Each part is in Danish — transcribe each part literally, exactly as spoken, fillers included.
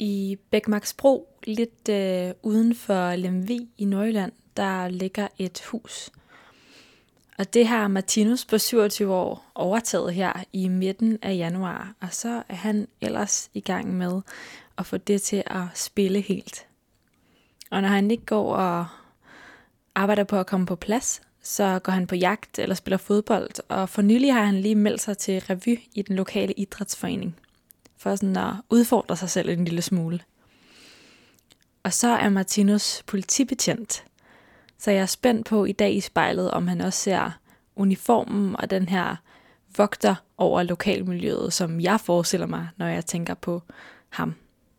I Bækmarksbro, lidt øh, uden for Lemvig i Nordjylland, der ligger et hus. Og det har Martinus på syvogtyve år overtaget her i midten af januar. Og så er han ellers i gang med at få det til at spille helt. Og når han ikke går og arbejder på at komme på plads, så går han på jagt eller spiller fodbold. Og for nylig har han lige meldt sig til revy i den lokale idrætsforening. For sådan at udfordre sig selv en lille smule. Og så er Martinus politibetjent. Så jeg er spændt på i dag i spejlet, om han også ser uniformen og den her vogter over lokalmiljøet, som jeg forestiller mig, når jeg tænker på ham.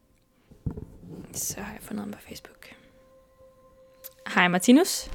Så har jeg fundet ham på Facebook. Hej Martinus.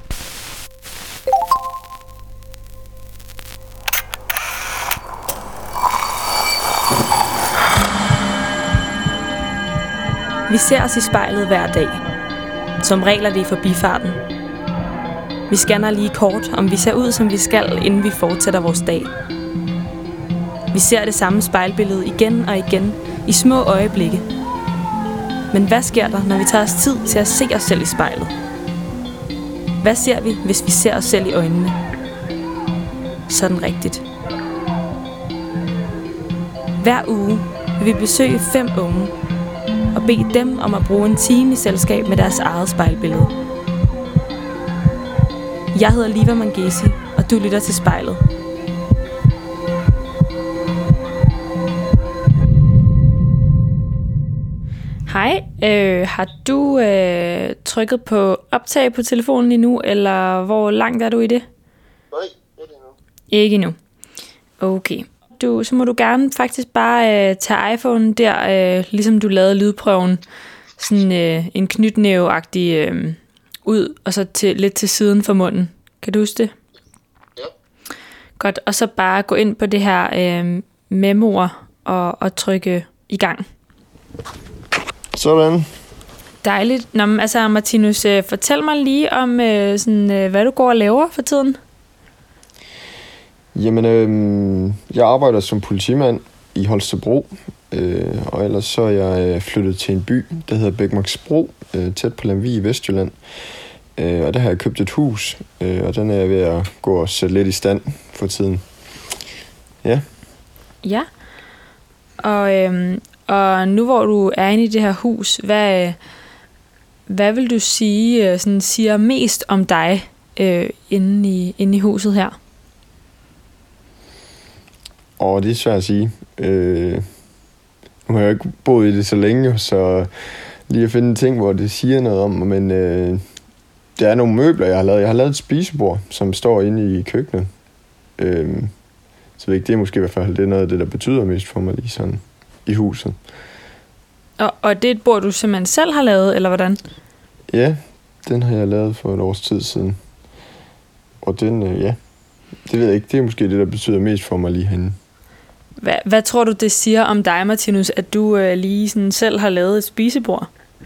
Vi ser os i spejlet hver dag. Som regel er det i forbifarten. Vi scanner lige kort, om vi ser ud, som vi skal, inden vi fortsætter vores dag. Vi ser det samme spejlbillede igen og igen, i små øjeblikke. Men hvad sker der, når vi tager os tid til at se os selv i spejlet? Hvad ser vi, hvis vi ser os selv i øjnene? Sådan rigtigt. Hver uge vil vi besøge fem unge, og bede dem om at bruge en time i selskab med deres eget spejlbillede. Jeg hedder Liva Mangesi, og du lytter til Spejlet. Hej, øh, har du øh, trykket på optag på telefonen endnu, eller hvor langt er du i det? Nej, ikke endnu. Ikke endnu. Okay. Du, så må du gerne faktisk bare øh, tage iPhone der, øh, ligesom du lavede lydprøven, sådan øh, en knytnæve-agtig øh, ud, og så til, lidt til siden for munden. Kan du huske det? Ja. Godt, og så bare gå ind på det her øh, memoer og, og trykke i gang. Sådan. Dejligt. Nå, men altså Martinus, øh, fortæl mig lige om, øh, sådan, øh, hvad du går og laver for tiden. Jamen, øh, jeg arbejder som politimand i Holstebro, øh, og ellers så er jeg flyttet til en by, der hedder Bækmarksbro, øh, tæt på Lemvig i Vestjylland. Øh, og der har jeg købt et hus, øh, og den er jeg ved at gå og sætte lidt i stand for tiden. Ja. Ja. Og, øhm, og nu hvor du er inde i det her hus, hvad, hvad vil du sige sådan, siger mest om dig øh, inde, i, inde i huset her? Og det er svært at sige. Øh, nu har jeg ikke boet i det så længe, så lige at finde en ting, hvor det siger noget om, men øh, der er nogle møbler, jeg har lavet. Jeg har lavet et spisebord, som står inde i køkkenet. Øh, så det er måske i hvert fald det er noget af det, der betyder mest for mig lige sådan i huset. Og, og det er et bord, du simpelthen selv har lavet, eller hvordan? Ja, den har jeg lavet for et års tid siden. Og den, øh, ja, det ved jeg ikke. Det er måske det, der betyder mest for mig lige herinde. Hvad, hvad tror du, det siger om dig, Martinus, at du øh, lige sådan selv har lavet et spisebord?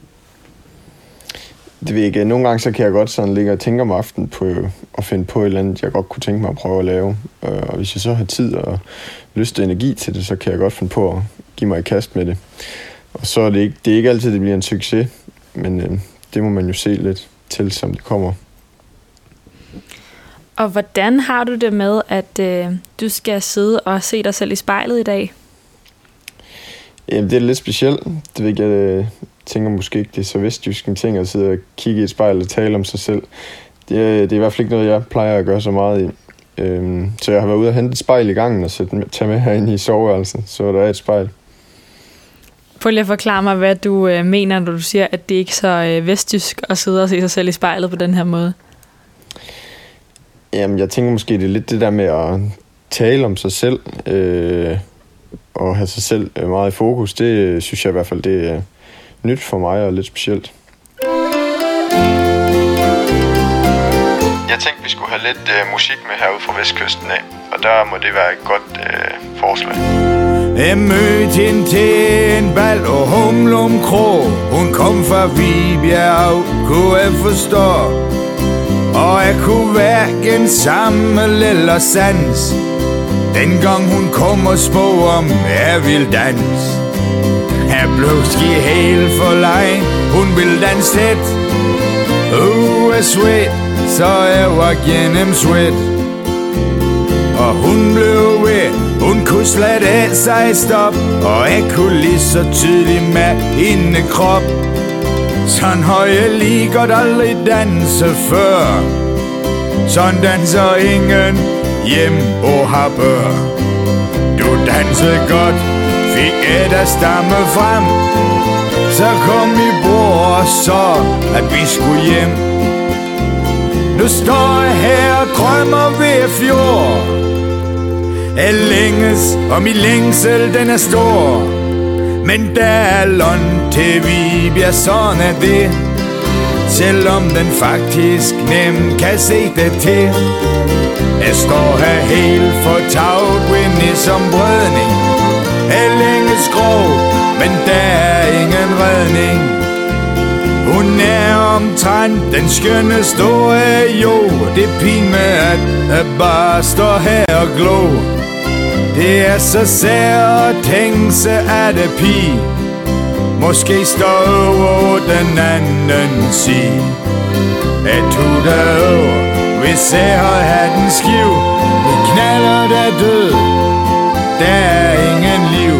Det ved jeg ikke. Nogle gange så kan jeg godt sådan ligge og tænke om aftenen på at finde på et eller andet, jeg godt kunne tænke mig at prøve at lave. Og hvis jeg så har tid og lyst og energi til det, så kan jeg godt finde på at give mig i kast med det. Og så er det ikke, det er ikke altid, det bliver en succes, men øh, det må man jo se lidt til, som det kommer. Og hvordan har du det med, at øh, du skal sidde og se dig selv i spejlet i dag? Jamen, det er lidt specielt. Det ved jeg, jeg tænker måske ikke, det er så vestjysk en ting at sidde og kigge i et spejl og tale om sig selv. Det er, det er i hvert fald ikke noget, jeg plejer at gøre så meget i. Øhm, så jeg har været ude og hente et spejl i gangen og sætte, tage med herinde i soveværelset, så der er et spejl. Prøv lige at forklare mig, hvad du øh, mener, når du siger, at det ikke er så øh, vestjysk at sidde og se sig selv i spejlet på den her måde. Jamen, jeg tænker måske, det er lidt det der med at tale om sig selv, øh, og have sig selv meget i fokus. Det synes jeg i hvert fald, det er nyt for mig og lidt specielt. Jeg tænkte, vi skulle have lidt øh, musik med herude fra Vestkysten af, og der må det være et godt øh, forslag. Jeg mødte hende til en bal og Humlum Kro. Hun kom fra Vibjerg, kunne jeg forstå. Og jeg kunne hverken samle eller sans. Dengang hun kom og spog om jeg vil dans. er blødski helt for leg. Hun vil danse tæt. Uh, er sweat, så jeg var gennem sweat. Og hun blev ved, hun kunne slet af sig stop. Og jeg kunne lige så tydeligt med hende krop. Sådan har jeg lige godt aldrig danset før. Sådan danser ingen hjem og har bør. Du dansede godt, fik et af stamme frem. Så kom vi bror og så, at vi skulle hjem. Nu står jeg her og drømmer ved fjord. Jeg længes, og min længsel den er stor. Men der er land til Vibjerg, sådan er det. Selvom den faktisk nemt kan se det til. Jeg står her helt fortaget, winnie som brødning. Jeg længes grov, men der er ingen redning. Hun er omtrent den skønne store jo. Det er pin med at jeg bare står her og glå. Det er så sær at tænke sig at det pige måske står over den anden side. Jeg tog derover, hvis jeg havde hatten skiv. Vi knaller der død, der er ingen liv.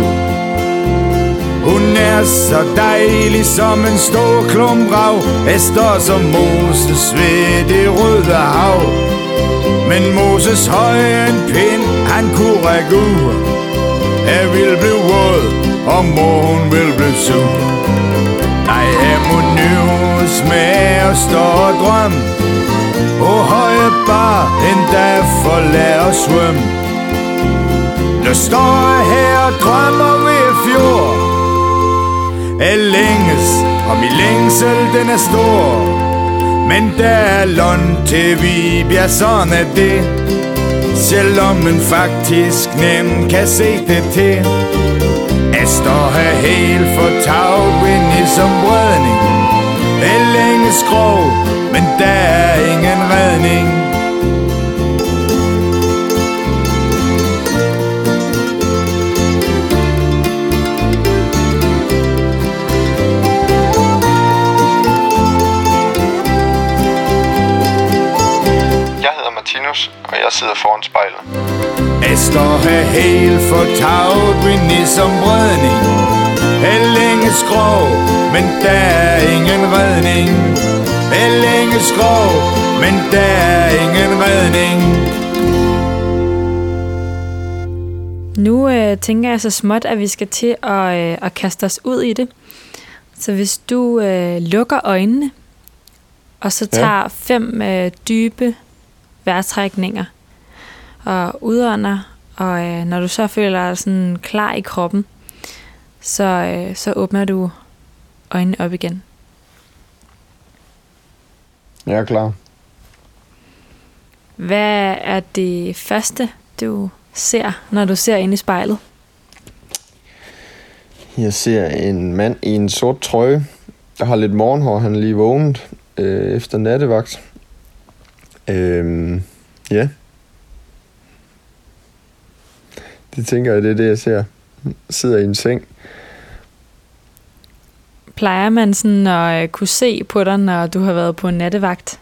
Hun er så dejlig som en stor klump rav. Jeg står som Moses ved det røde hav. Men Moses høje en pind, han kunne række ud. Jeg vil blive våd, og mor hun vil blive sur. Nej, jeg må nøves med at stå og drømme. Og høje bare en dag for lær at svømme. Nu står jeg her og drømmer ved fjord. Jeg længes, og min længsel den er stor. Men der er land til Vibjerg, sådan er det. Selvom man faktisk nemt kan se det til. Jeg står her helt fortaget, winnie som brødning. Jeg længes grov, men der er ingen redning. Og jeg sidder foran spejlet. Jeg står her helt fortaget, winnie som brødning. Jeg længes grov, men der er ingen redning. Jeg længes grov, men der er ingen redning. Nu øh, tænker jeg så småt, at vi skal til at, øh, at kaste os ud i det. Så hvis du øh, lukker øjnene, og så tager ja. fem øh, dybe vejrtrækninger og udånder, og øh, når du så føler dig sådan klar i kroppen, så, øh, så åbner du øjnene op igen. Jeg er klar. Hvad er det første, du ser, når du ser ind i spejlet? Jeg ser en mand i en sort trøje, der har lidt morgenhår. Han er lige vågnet øh, efter nattevagt. Øhm, ja. Det tænker jeg, det er det, jeg ser. Sidder i en seng. Plejer man sådan at kunne se på dig, når du har været på en nattevagt?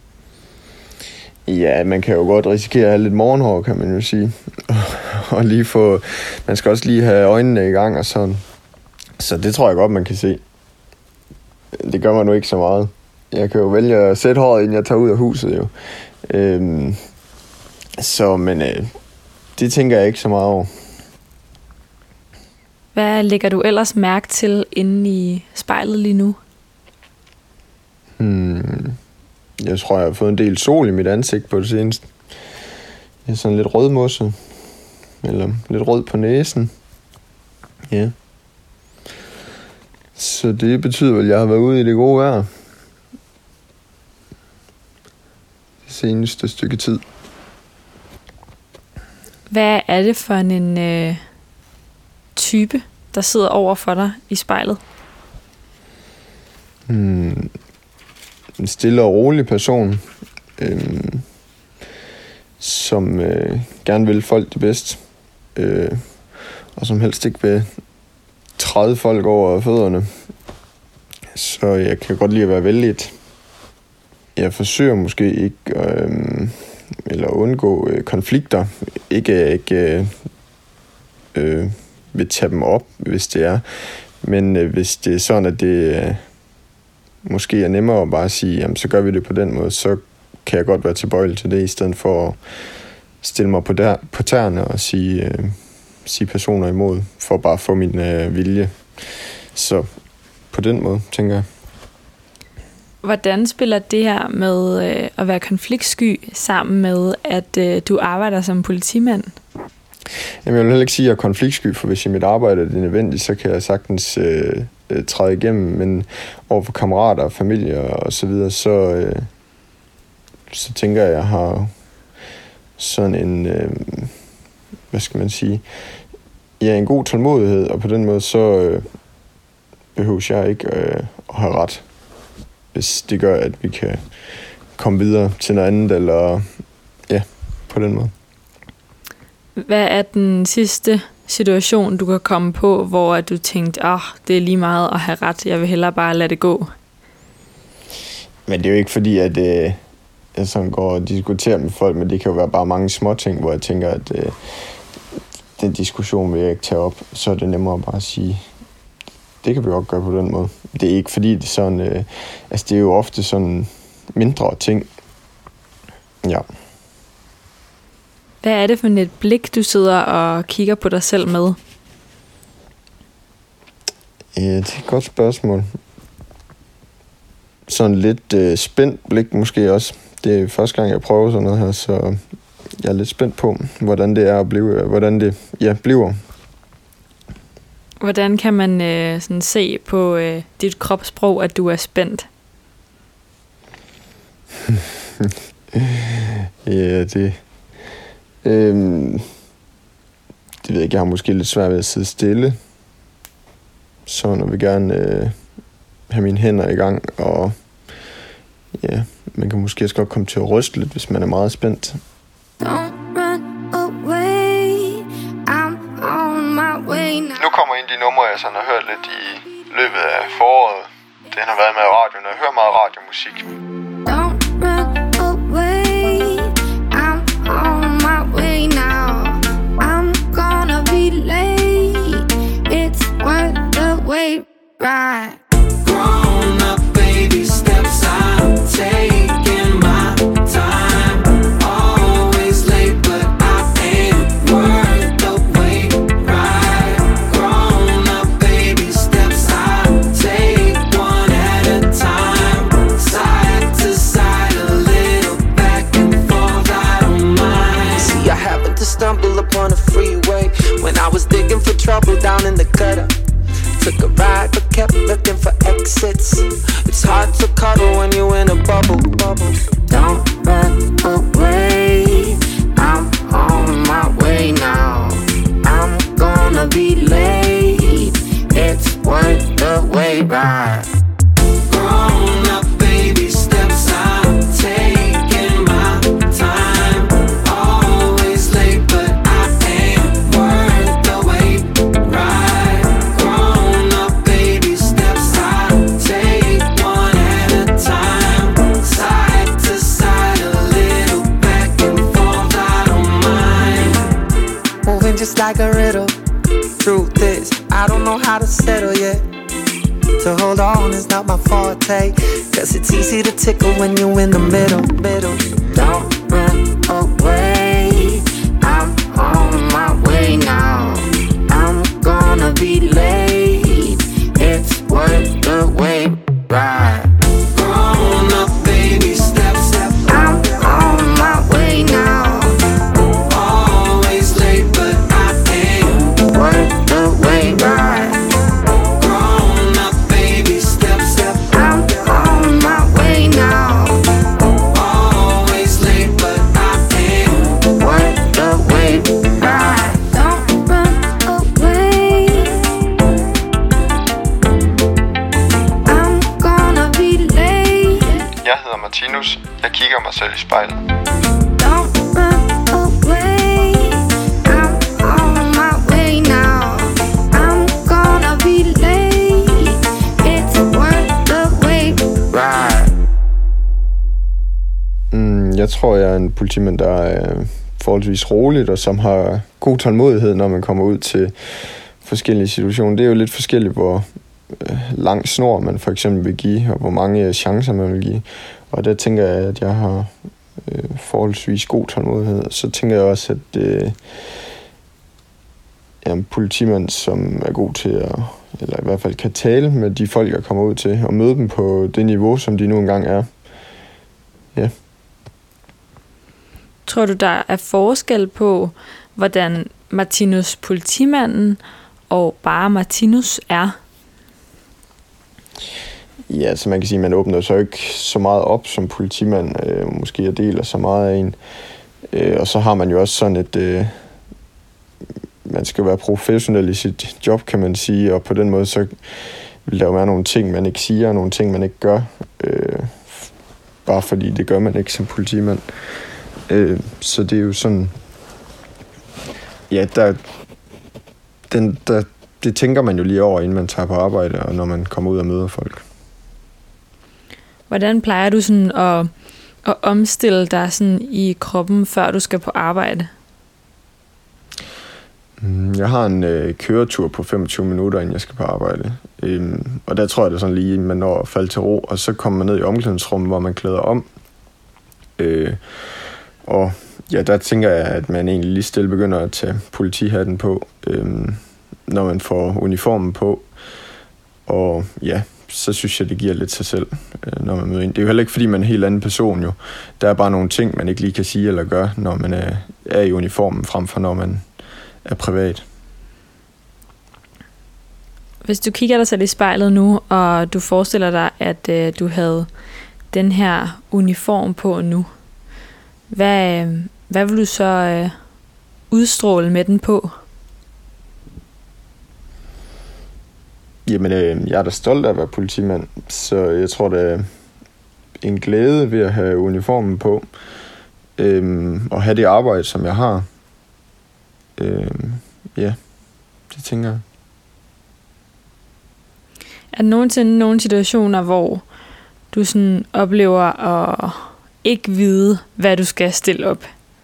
Ja, man kan jo godt risikere at have lidt morgenhår, kan man jo sige. Og lige få... Man skal også lige have øjnene i gang og sådan. Så det tror jeg godt, man kan se. Det gør man nu ikke så meget. Jeg kan jo vælge at sætte håret, inden jeg tager ud af huset, jo. Øhm, så, men øh, det tænker jeg ikke så meget over. Hvad lægger du ellers mærke til inde i spejlet lige nu? Hmm, jeg tror, jeg har fået en del sol i mit ansigt på det seneste. Jeg er sådan lidt rødmosset. Eller lidt rød på næsen. Ja. Så det betyder vel, at jeg har været ude i det gode vejr. Det seneste stykke tid. Hvad er det for en øh, type, der sidder over for dig i spejlet? Hmm. En stille og rolig person, øhm, som øh, gerne vil folk det bedst, øh, og som helst ikke vil træde folk over fødderne. Så jeg kan godt lide at være vellidt. Jeg forsøger måske ikke øh, eller undgå øh, konflikter. Ikke ikke øh, øh, vil tage dem op, hvis det er. Men øh, hvis det er sådan, at det øh, måske er nemmere at bare sige, jamen så gør vi det på den måde, så kan jeg godt være tilbøjelig til det, i stedet for at stille mig på, der, på tæerne og sige, øh, sige personer imod, for bare at få min øh, vilje. Så på den måde, tænker jeg. Hvordan spiller det her med øh, at være konfliktsky sammen med, at øh, du arbejder som politimand? Jamen, jeg vil heller ikke sige, at jeg er konfliktsky, for hvis i mit arbejde er det nødvendigt, så kan jeg sagtens øh, øh, træde igennem, men over for kammerater og familie og så videre, så, øh, så tænker jeg, at jeg har sådan en, øh, hvad skal man sige, ja, en god tålmodighed, og på den måde, så øh, behøver jeg ikke øh, at have ret, hvis det gør, at vi kan komme videre til noget andet, eller ja, på den måde. Hvad er den sidste situation, du kan komme på, hvor du tænkte, åh, oh, det er lige meget at have ret, jeg vil hellere bare lade det gå? Men det er jo ikke fordi, at øh, jeg sådan går og diskuterer med folk, men det kan jo være bare mange små ting, hvor jeg tænker, at øh, den diskussion vil jeg ikke tage op, så er det nemmere bare at sige, det kan vi godt gøre på den måde. Det er ikke fordi, det er sådan, øh, altså det er jo ofte sådan mindre ting. Ja. Hvad er det for et blik, du sidder og kigger på dig selv med? Ja, det er et godt spørgsmål. Sådan lidt øh, spændt blik måske også. Det er første gang, jeg prøver sådan noget her, så jeg er lidt spændt på, hvordan det er at blive, hvordan det ja, bliver. Hvordan kan man øh, sådan se på øh, dit kropssprog, at du er spændt? Ja, det... Øhm, det ved jeg ikke, jeg har måske lidt svært ved at sidde stille. Så når vi gerne øh, have mine hænder i gang, og ja, man kan måske også godt komme til at ryste lidt, hvis man er meget spændt. Nu kommer en af de numre, jeg sådan har hørt lidt i løbet af foråret. Den har været med i radioen, og jeg hører meget radiomusik. Don't run away, I'm on my way now. I'm gonna be late, it's worth the wait, right? Grown up baby steps, I'm taking my time. Always late, but I ain't worth the wait, right? Grown up baby steps, I take one at a time. Side to side, a little back and forth, I don't mind. See, I happened to stumble upon a freeway when I was digging for trouble down in the gutter. Took a ride but kept looking for exits. It's hard to cuddle when you're in a bubble. bubble. Don't run away, I'm on my way now. I'm gonna be late, it's worth the wait, right? Grown up baby steps, I'm taking my time. Always late, but I ain't worth the wait, right? Grown up baby steps, I take one at a time. Side to side, a little back and forth, I don't mind. Moving just like a riddle. Truth is, I don't know how to settle yet. To hold on is not my forte, cause it's easy to tickle when you're in the middle, middle. Don't run away, I'm on my way now. I'm gonna be late, it's worth the wait, right? Grown up baby steps, I'm on my way now. always late, but I ain't Worth the wait, right? grown up baby steps, I'm on my way now. always late, but I ain't Worth the wait, right? Don't run away, I'm gonna be late. Jeg hedder Martinus. Jeg kigger mig selv i spejlet. Don't run away, I'm on my way now. I'm gonna be Jeg tror, jeg er en politimand, der er forholdsvis roligt, og som har god tålmodighed, når man kommer ud til forskellige situationer. Det er jo lidt forskelligt, hvor øh, lang snor man for eksempel vil give, og hvor mange chancer man vil give. Og der tænker jeg, at jeg har øh, forholdsvis god tålmodighed. Så tænker jeg også, at øh, jeg er en politimand, som er god til at, eller i hvert fald kan tale med de folk, jeg kommer ud til, og møde dem på det niveau, som de nu engang er. Ja. Tror du, der er forskel på, hvordan Martinus politimanden og bare Martinus er? Ja, så man kan sige, at man åbner så ikke så meget op som politimand, øh, måske jeg deler så meget af en. Øh, og så har man jo også sådan et, øh, man skal være professionel i sit job, kan man sige, og på den måde så vil der jo være nogle ting, man ikke siger, og nogle ting, man ikke gør, øh, bare fordi det gør man ikke som politimand. Øh, så det er jo sådan, ja, der, den, der, det tænker man jo lige over, inden man tager på arbejde, og når man kommer ud og møder folk. Hvordan plejer du sådan at, at omstille dig sådan i kroppen, før du skal på arbejde? Jeg har en øh, køretur på femogtyve minutter, inden jeg skal på arbejde. Øhm, og der tror jeg, det er sådan lige, man når at falde til ro, og så kommer man ned i omklædningsrummet, hvor man klæder om. Øh, og ja, der tænker jeg, at man egentlig lige stille begynder at tage politihatten på, øhm, når man får uniformen på. Og ja, så synes jeg, det giver lidt sig selv, øh, når man møder ind. Det er jo heller ikke, fordi man er en helt anden person jo. Der er bare nogle ting, man ikke lige kan sige eller gøre, når man er, er i uniformen, frem for når man er privat. Hvis du kigger dig selv i spejlet nu, og du forestiller dig, at øh, du havde den her uniform på nu, hvad, øh, hvad vil du så øh, udstråle med den på? Jamen, øh, jeg er da stolt af at være politimand, så jeg tror, det er en glæde ved at have uniformen på, øh, og have det arbejde, som jeg har. Øh, ja, det tænker jeg. Er der nogensinde nogle situationer, hvor du sådan oplever at ikke vide, hvad du skal stille op?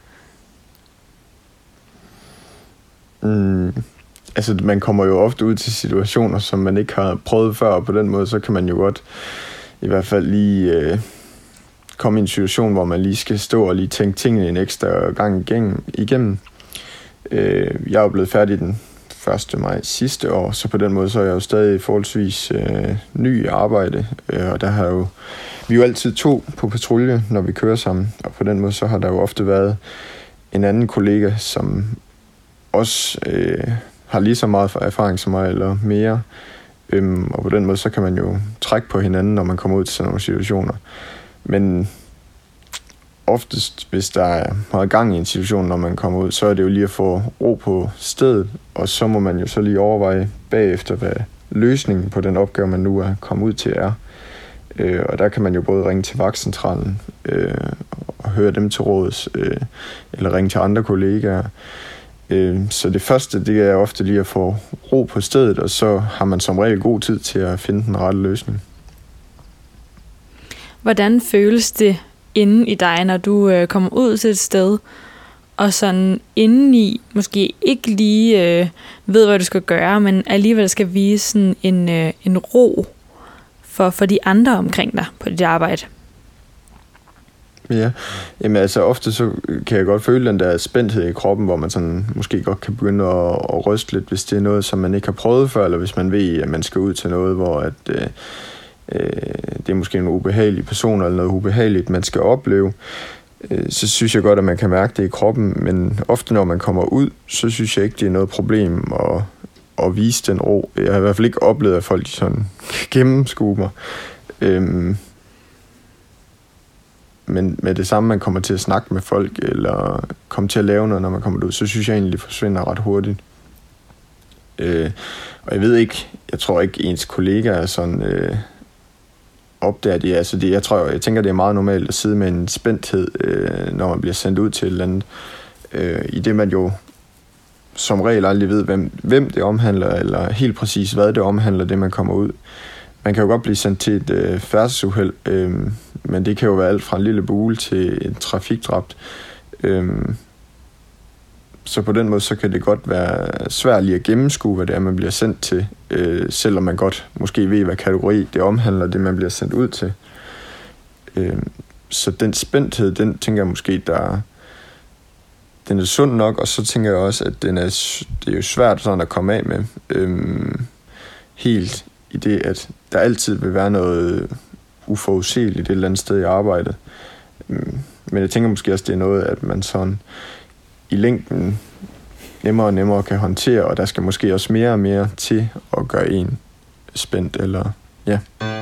Mm, altså, man kommer jo ofte ud til situationer, som man ikke har prøvet før, og på den måde, så kan man jo godt i hvert fald lige øh, komme i en situation, hvor man lige skal stå og lige tænke tingene en ekstra gang igennem. igennem. Øh, jeg er jo blevet færdig den første maj sidste år, så på den måde så er jeg jo stadig forholdsvis øh, ny i arbejde, øh, og der har jo, vi er jo altid to på patrulje, når vi kører sammen, og på den måde så har der jo ofte været en anden kollega, som også øh, har lige så meget erfaring som mig, eller mere, øhm, og på den måde så kan man jo trække på hinanden, når man kommer ud til sådan nogle situationer. Men oftest, hvis der er meget gang i en situation, når man kommer ud, så er det jo lige at få ro på stedet, og så må man jo så lige overveje bagefter, hvad løsningen på den opgave, man nu er kommet ud til, er. Øh, og der kan man jo både ringe til vagtcentralen øh, og høre dem til råds, øh, eller ringe til andre kollegaer. Øh, så det første, det er ofte lige at få ro på stedet, og så har man som regel god tid til at finde den rette løsning. Hvordan føles det inde i dig, når du øh, kommer ud til et sted, og sådan indeni måske ikke lige øh, ved, hvad du skal gøre, men alligevel skal vise sådan en, øh, en ro for, for de andre omkring dig på dit arbejde? Ja, jamen altså ofte så kan jeg godt føle den der spændthed i kroppen, hvor man sådan måske godt kan begynde at, at ryste lidt, hvis det er noget, som man ikke har prøvet før, eller hvis man ved, at man skal ud til noget, hvor at, øh, øh, det er måske en ubehagelig person, eller noget ubehageligt, man skal opleve. Øh, så synes jeg godt, at man kan mærke det i kroppen, men ofte når man kommer ud, så synes jeg ikke, det er noget problem at, at vise den ro. Jeg har i hvert fald ikke oplevet, at folk sådan gennemskuer mig. Øh, Men med det samme, man kommer til at snakke med folk, eller komme til at lave noget, når man kommer ud, så synes jeg egentlig, det forsvinder ret hurtigt. Øh, og jeg ved ikke, jeg tror ikke, ens kollegaer sådan øh, opdager det. Altså det, jeg tror, jeg tænker, det er meget normalt at sidde med en spændthed, øh, når man bliver sendt ud til et eller andet. Øh, I det man jo som regel aldrig ved, hvem, hvem det omhandler, eller helt præcis, hvad det omhandler, det man kommer ud. man kan jo godt blive sendt til et øh, færdselsuheld, øh, men det kan jo være alt fra en lille bule til en trafikdræbt. Øh, så på den måde, så kan det godt være svært lige at gennemskue, hvad det er, man bliver sendt til, øh, selvom man godt måske ved, hvad kategori det omhandler, det man bliver sendt ud til. Øh, så den spændthed, den tænker jeg måske, der den er sund nok, og så tænker jeg også, at den er, det er jo svært sådan at komme af med. Øh, helt i det, at der altid vil være noget uforudsigeligt et eller andet sted i arbejdet. Men jeg tænker måske også, det er noget, at man sådan i længden nemmere og nemmere kan håndtere, og der skal måske også mere og mere til at gøre en spændt, eller ja.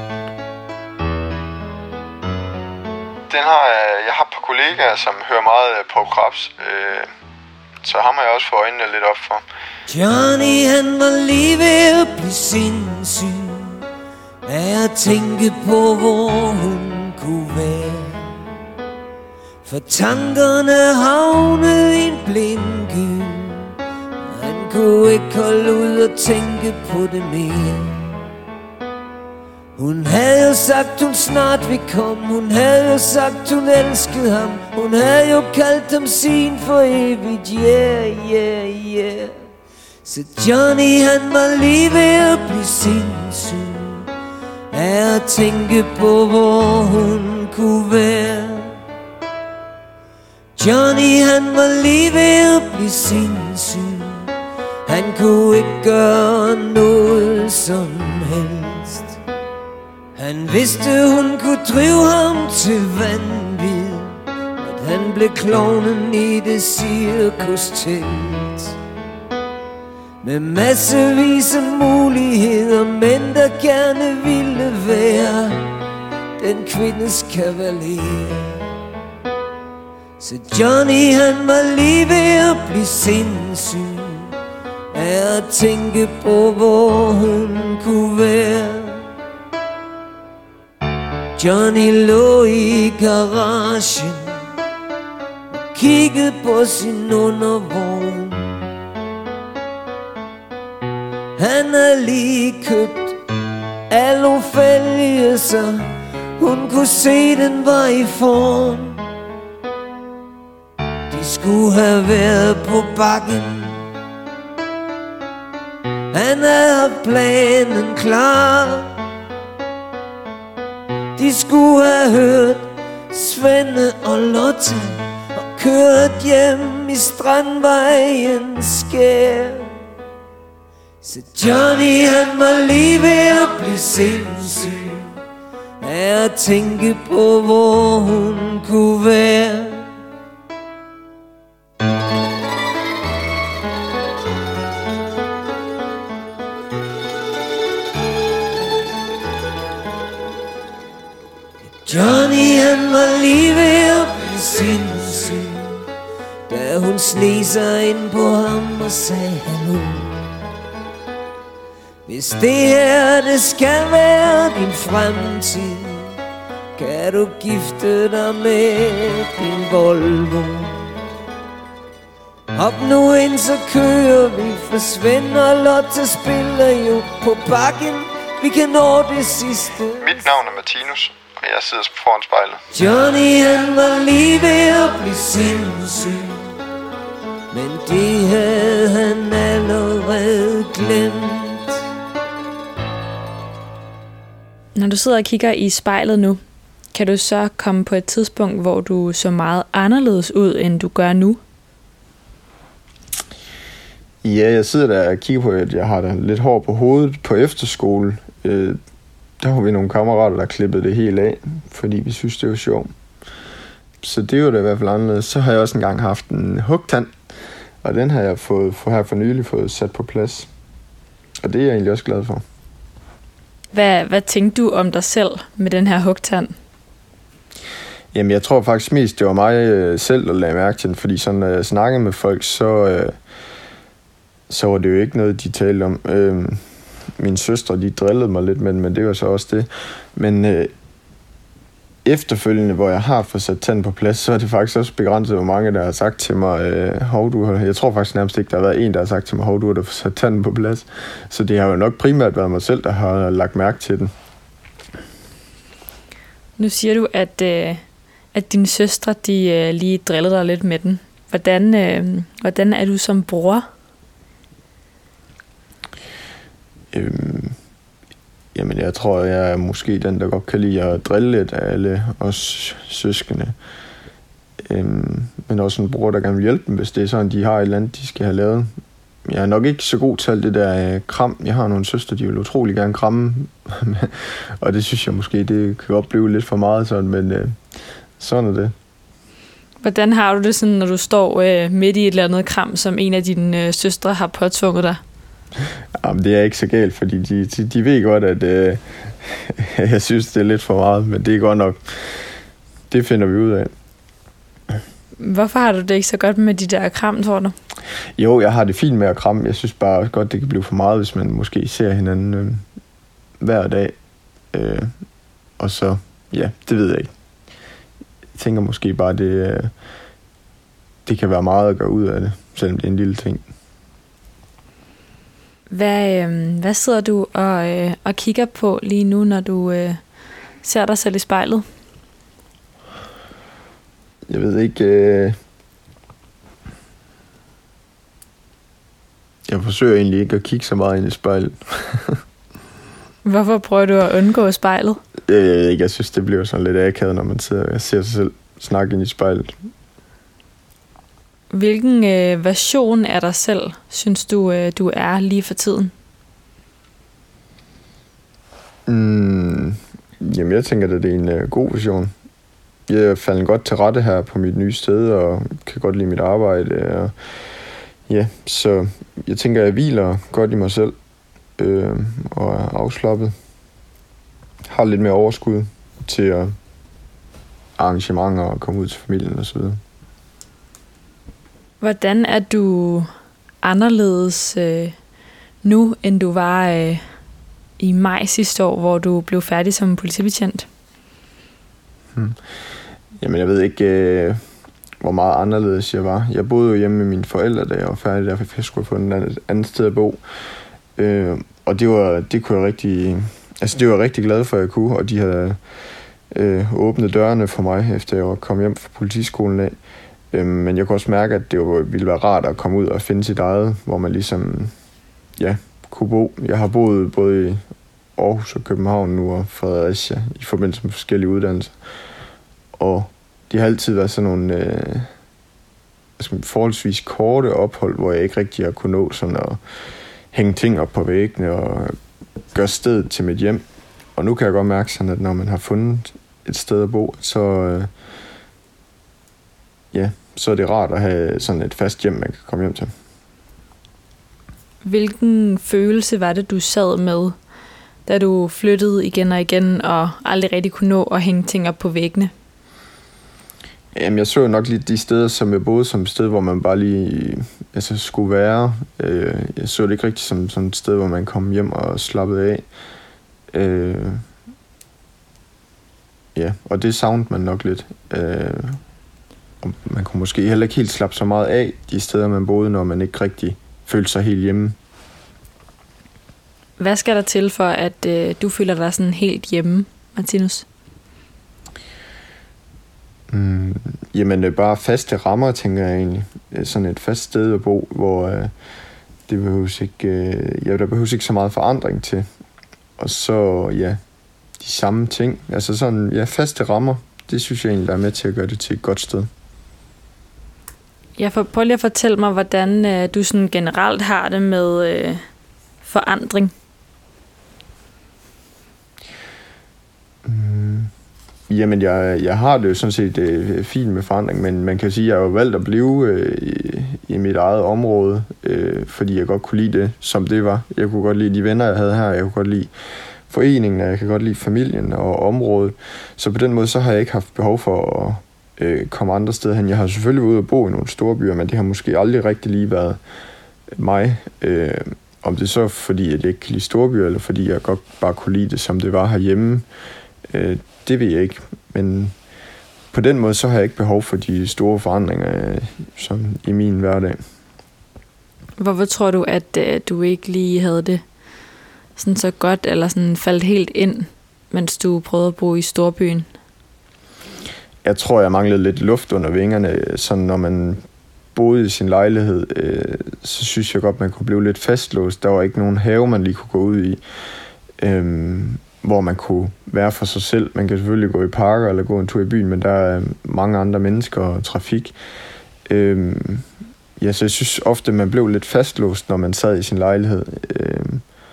Den har, jeg har et par kollegaer, som hører meget på Krabs, så ham har jeg også fået øjnene lidt op for. Johnny, han var lige ved at blive sindssyg af at tænke på, hvor hun kunne være. For tankerne havnede i en blindgyde, han kunne ikke holde ud og tænke på det mere. Hun havde jo sagt, hun snart ville komme, hun havde jo sagt, hun elskede ham, hun havde jo kaldt ham sin for evigt, yeah, yeah, yeah. Så Johnny, han var lige ved at blive sindssyg af at tænke på, hvor hun kunne være. Johnny, han var lige ved at blive sindssyg, han kunne ikke gøre noget som helst. Han vidste, hun kunne drive ham til vanvid, at han blev klovnen i det cirkustelt. Med massevis af muligheder, men der gerne ville være den kvindes kavaler. Så Johnny, han var lige ved at blive sindssyg af at tænke på, hvor hun kunne være. Johnny lå i garagen og kiggede på sin undervogn. Han havde lige købt alufælge, så hun kunne se, den var i form. De skulle have været på bakken, han havde haft planen klar. De skulle have hørt Svende og Lotte og kørt hjem i Strandvejens skær. Så Johnny, han var lige ved at blive sindssyg af at tænke på, hvor hun kunne være. Johnny, han var lige ved at blive sindssyg, da hun sneg sig ind på ham og sagde hallo. Hvis det her, det skal være din fremtid, kan du gifte dig med din Volvo. Hop nu ind, så kører vi, for Svend og Lotte spiller jo på bakken. Vi kan nå det sidste. Mit navn er Martinus, og jeg sidder foran spejlet. Johnny, han var lige ved at blive sindssyg, men det havde han allerede glemt. Når du sidder og kigger i spejlet nu, kan du så komme på et tidspunkt, hvor du så meget anderledes ud, end du gør nu? Ja, jeg sidder der og kigger på, at jeg har da lidt hår på hovedet på efterskole. Øh, der har vi nogle kammerater, der klippede det helt af, fordi vi synes, det var sjovt. Så det var da i hvert fald anderledes. Så har jeg også engang haft en hugtand, og den har jeg fået, for her for nylig fået sat på plads. Og det er jeg egentlig også glad for. Hvad, hvad tænkte du om dig selv med den her hugtand? Jamen, jeg tror faktisk mest, det var mig øh, selv, der lagde mærke til den, fordi sådan, når jeg snakkede med folk, så, øh, så var det jo ikke noget, de talte om. Øh, mine søstre, de drillede mig lidt, men, men det var så også det. Men øh, efterfølgende, hvor jeg har fået sat tanden på plads, så er det faktisk også begrænset, hvor mange, der har sagt til mig, øh, hov, du har... Jeg tror faktisk nærmest ikke, der har været en, der har sagt til mig, hov, du har da fået sat tanden på plads. Så det har jo nok primært været mig selv, der har lagt mærke til den. Nu siger du, at, øh, at dine søstre de, øh, lige drillede dig lidt med den. Hvordan, øh, hvordan er du som bror? Øhm, jamen, jeg tror, jeg er måske den, der godt kan lide at drille lidt af alle os søskende. Øhm, men også en bror, der gerne vil hjælpe dem, hvis det er sådan, de har et eller andet, de skal have lavet. Jeg er nok ikke så god til alt det der øh, kram. Jeg har nogle søstre, de vil utrolig gerne kramme. Og det synes jeg måske, det kan godt blive lidt for meget sådan, men øh, sådan er det. Hvordan har du det sådan, når du står øh, midt i et eller andet kram, som en af dine øh, søstre har påtvunget dig? Jamen, det er ikke så galt, fordi de, de, de ved godt, at øh, jeg synes, det er lidt for meget, men det er godt nok. Det finder vi ud af. Hvorfor har du det ikke så godt med de der kram, tror du? Jo, jeg har det fint med at kramme. Jeg synes bare godt, det kan blive for meget, hvis man måske ser hinanden øh, hver dag. Øh, og så, ja, det ved jeg ikke. Jeg tænker måske bare, det, øh, det kan være meget at gøre ud af det, selvom det er en lille ting. Hvad, øh, hvad sidder du og, øh, og kigger på lige nu, når du øh, ser dig selv i spejlet? Jeg ved ikke... Øh... Jeg forsøger egentlig ikke at kigge så meget ind i spejlet. Hvorfor prøver du at undgå spejlet? Jeg ved ikke, jeg synes, det bliver sådan lidt akavet, når man sidder og ser sig selv snakke ind i spejlet. Hvilken øh, version af dig selv, synes du, øh, du er lige for tiden? Mm, jamen, jeg tænker, at det er en øh, god version. Jeg falder godt til rette her på mit nye sted, og kan godt lide mit arbejde. Og ja, så jeg tænker, at jeg hviler godt i mig selv, øh, og er afslappet. Har lidt mere overskud til at arrangementer og komme ud til familien og så videre. Hvordan er du anderledes øh, nu, end du var øh, i maj sidste år, hvor du blev færdig som politibetjent? Hmm. Jamen, jeg ved ikke, øh, hvor meget anderledes jeg var. Jeg boede jo hjemme med mine forældre, da jeg var færdig, derfor jeg skulle have fundet et andet sted at bo. Øh, og det var, det kunne jeg rigtig, altså det var jeg rigtig glad for, at jeg kunne, og de havde øh, åbnet dørene for mig, efter jeg var kommet hjem fra politiskolen af. Øh, men jeg kunne også mærke, at det var, ville være rart at komme ud og finde sit eget, hvor man ligesom, ja, kunne bo. Jeg har boet både i Aarhus og København nu, og Fredericia, i forbindelse med forskellige uddannelser. Og de har altid været sådan nogle øh, altså forholdsvis korte ophold, hvor jeg ikke rigtig har kunnet nå sådan at hænge ting op på væggene og gøre stedet til mit hjem. Og nu kan jeg godt mærke sådan, at når man har fundet et sted at bo, så, øh, ja, så er det rart at have sådan et fast hjem, man kan komme hjem til. Hvilken følelse var det, du sad med, da du flyttede igen og igen og aldrig rigtig kunne nå at hænge ting op på væggene? Jamen, jeg så nok lidt de steder, som jeg boede som et sted, hvor man bare lige altså, skulle være. Jeg så det ikke rigtig som sådan et sted, hvor man kom hjem og slappede af. Ja, og det savnede man nok lidt. Og man kunne måske heller ikke helt slappe så meget af de steder, man boede, når man ikke rigtig følte sig helt hjemme. Hvad skal der til for, at øh, du føler dig sådan helt hjemme, Martinus? Mm, jamen, det er bare faste rammer, tænker jeg egentlig. Sådan et fast sted at bo, hvor øh, det behøves ikke, øh, ja, der behøves ikke så meget forandring til. Og så, ja, de samme ting. Altså sådan, ja, faste rammer, det synes jeg egentlig, der er med til at gøre det til et godt sted. Ja, for, prøv lige at fortælle mig, hvordan øh, du sådan generelt har det med øh, forandring. Mm. Jamen, jeg, jeg har det jo sådan set øh, fint med forandring, men man kan sige, at jeg har valgt at blive øh, i, i mit eget område, øh, fordi jeg godt kunne lide det, som det var. Jeg kunne godt lide de venner, jeg havde her, jeg kunne godt lide foreningen, og jeg kan godt lide familien og området. Så på den måde, så har jeg ikke haft behov for at øh, komme andre steder hen. Jeg har selvfølgelig været ude og bo i nogle store byer, men det har måske aldrig rigtig lige været mig. Øh, om det så fordi, jeg ikke kan lide store byer, eller fordi jeg godt bare kunne lide det, som det var herhjemme, øh, det ved jeg ikke, men på den måde, så har jeg ikke behov for de store forandringer som i min hverdag. Hvorfor tror du, at øh, du ikke lige havde det sådan så godt, eller sådan faldt helt ind, mens du prøvede at bo i storbyen? jeg tror, jeg manglede lidt luft under vingerne, så når man boede i sin lejlighed, øh, så synes jeg godt, man kunne blive lidt fastlåst. Der var ikke nogen have, man lige kunne gå ud i, øh, hvor man kunne være for sig selv. Man kan selvfølgelig gå i parker eller gå en tur i byen, men der er mange andre mennesker og trafik. Øh, ja, så jeg synes ofte, man blev lidt fastlåst, når man sad i sin lejlighed. Øh,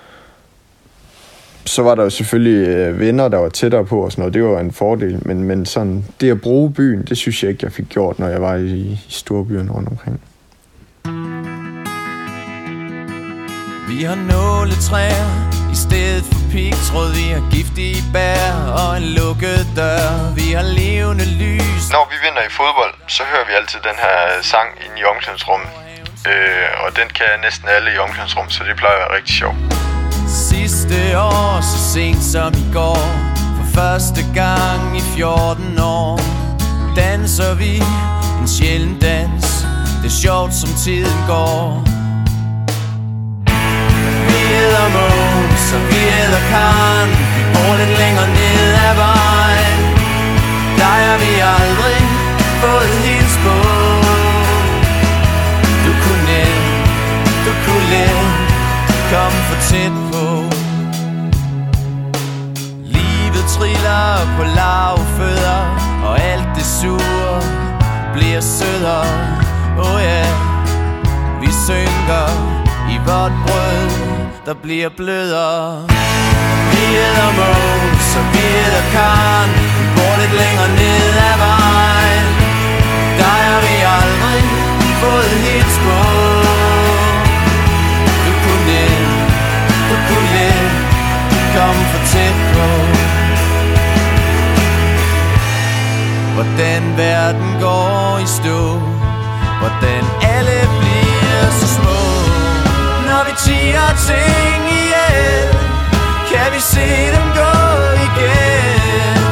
så var der jo selvfølgelig øh, venner, der var tættere på og sådan noget. Det var en fordel, men, men sådan, det at bruge byen, det synes jeg ikke, jeg fik gjort, når jeg var i, i storbyerne rundt omkring. Vi har nåletræer i stedet for pigtråd. Vi har giftige bær og en lukket dør. Vi har levende lys. Når vi vinder i fodbold, så hører vi altid den her sang inde i omklædningsrummet. Øh, og den kan næsten alle i omklædningsrummet, så det plejer at være rigtig sjovt. Sidste år, så sent som i går, for første gang i fjorten år, danser vi en sjælden dans. Det er sjovt, som tiden går. Vi æder Måns, og vi æder Karen. Vi bor lidt længere ned ad vejen. Der er vi aldrig fået hils på. Du kunne nemt, du kunne let kom for tæt på. Livet triller på lavfødder, og alt det sure bliver sødere. Oh yeah, vi synker i vort brød, der bliver blødere. Vi æder Måns, og vi æder Karen. Vi bor lidt længere ned ad vejen. Der er vi aldrig fået hils på. Kom for tæt på. Hvordan verden går i stå, hvordan alle bliver så små. Når vi tiger ting ihjel, kan vi se dem gå igen.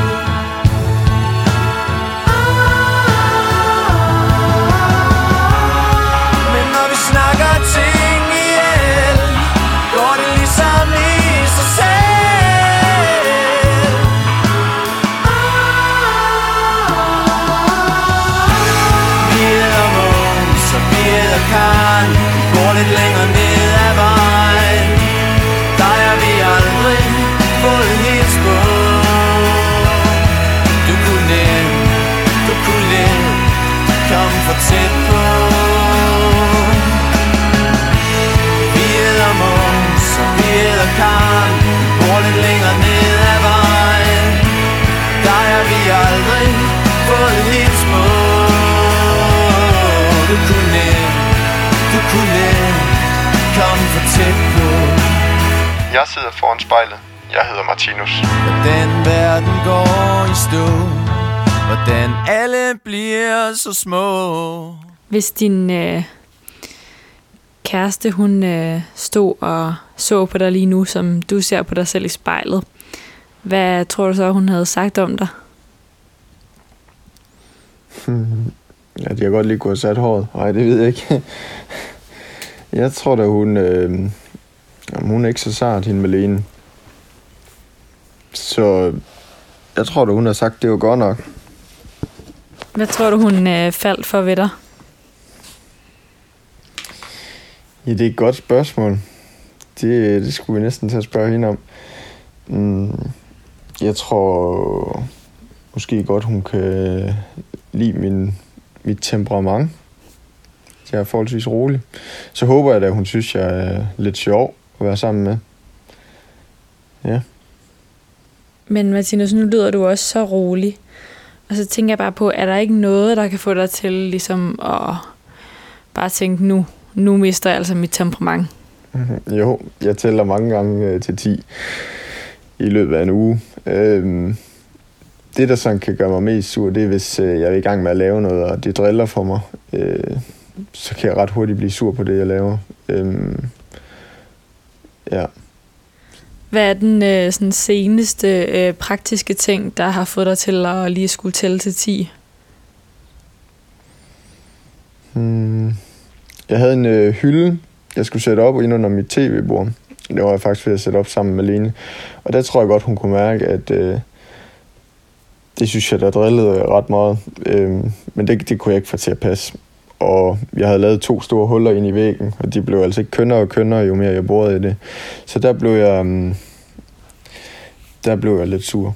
Men når vi snakker ting ihjel, går det ligesom i sig selv. Karen, vi går lidt længere ned ad vejen. Der er vi aldrig fået hils på. Du kunne nemt, du kunne let kom for tæt på. Vi æder Måns, og vi æder Karen. Vi går lidt længere ned ad vejen. Der er vi aldrig fået hils på. Du kunne nemt, du kunne komme for tæt på. Jeg sidder foran spejlet. Jeg hedder Martinus. Hvordan verden går i stå, hvordan alle bliver så små. Hvis din øh, kæreste, hun øh, stod og så på dig lige nu, som du ser på dig selv i spejlet, hvad tror du så, hun havde sagt om dig? Hmm. At jeg godt lige kunne have sat håret. Nej, det ved jeg ikke. Jeg tror da, hun... Øh, hun er ikke så sart, hende Malene. Så jeg tror da, hun har sagt, det var godt nok. Hvad tror du, hun øh, faldt for ved dig? Ja, det er et godt spørgsmål. Det, det skulle vi næsten til at spørge hende om. Mm, jeg tror måske godt, hun kan lide min... mit temperament. Jeg er forholdsvis rolig. Så håber jeg da, at hun synes, jeg er lidt sjov at være sammen med. Ja. Men Martinus, nu lyder du også så rolig. Og så tænker jeg bare på, er der ikke noget, der kan få dig til ligesom at bare tænke, nu, nu mister jeg altså mit temperament? Mm-hmm. Jo, jeg tæller mange gange øh, til ti i løbet af en uge. Øhm, det, der sådan kan gøre mig mest sur, det er, hvis øh, jeg er i gang med at lave noget, og det driller for mig. Øh, så kan jeg ret hurtigt blive sur på det, jeg laver. Øhm, ja. Hvad er den øh, sådan seneste øh, praktiske ting, der har fået dig til at lige skulle tælle til ti? Hmm. Jeg havde en øh, hylde, jeg skulle sætte op ind under mit tv-bord. Det var jeg faktisk ved at sætte op sammen med Lene. Og der tror jeg godt, hun kunne mærke, at øh, det synes jeg, der drillede ret meget. Øhm, men det, det kunne jeg ikke få til at passe. Og jeg havde lavet to store huller ind i væggen, og de blev altså ikke kønnere og kønnere, jo mere jeg borede i det. Så der blev jeg, um, der blev jeg lidt sur.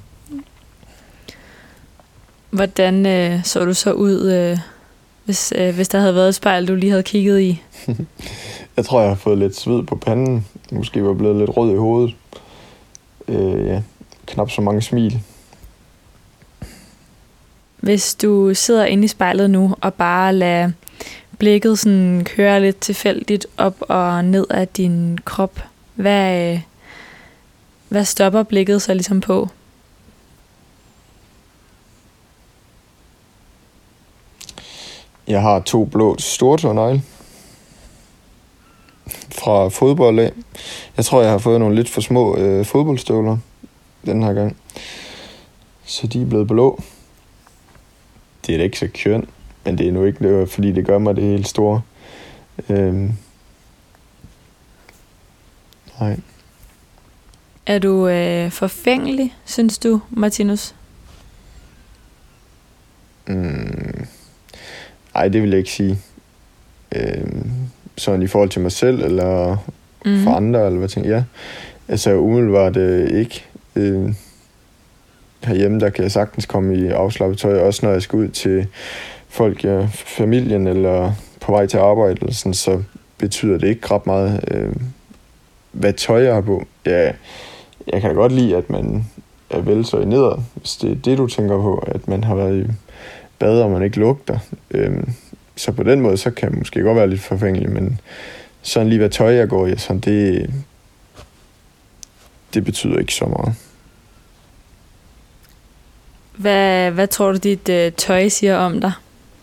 Hvordan øh, så du så ud, øh, hvis, øh, hvis der havde været et spejl, du lige havde kigget i? Jeg tror, jeg har fået lidt sved på panden. Måske var blevet lidt rød i hovedet. Øh, ja, knap så mange smil. Hvis du sidder inde i spejlet nu og bare lader blikket sådan køre lidt tilfældigt op og ned af din krop, hvad, hvad stopper blikket så ligesom på? Jeg har to blå stortånegle fra fodbold af. Jeg tror, jeg har fået nogle lidt for små øh, fodboldstøvler den her gang. Så de er blevet blå. Det er da ikke så kønt, men det er nu ikke det, fordi det gør mig det helt store. Øhm. Nej. Er du øh, forfængelig, synes du, Martinus? Mm. Ej, det vil jeg ikke sige. Øhm. Sådan i forhold til mig selv, eller mm. for andre, eller hvad tænker jeg. Altså, umiddelbart øh, ikke. Øh. Herhjemme, der kan jeg sagtens komme i afslappet tøj, også når jeg skal ud til folk, ja, familien, eller på vej til arbejde, eller sådan, så betyder det ikke ret meget, øh, hvad tøj jeg har på. Ja, jeg kan da godt lide, at man er vel så i neder, hvis det er det, du tænker på, at man har været i bad, og man ikke lugter. Øh, så på den måde, så kan det måske godt være lidt forfængelig, men sådan lige hvad tøj jeg går i, sådan, det, det betyder ikke så meget. Hvad, hvad tror du, dit øh, tøj siger om dig?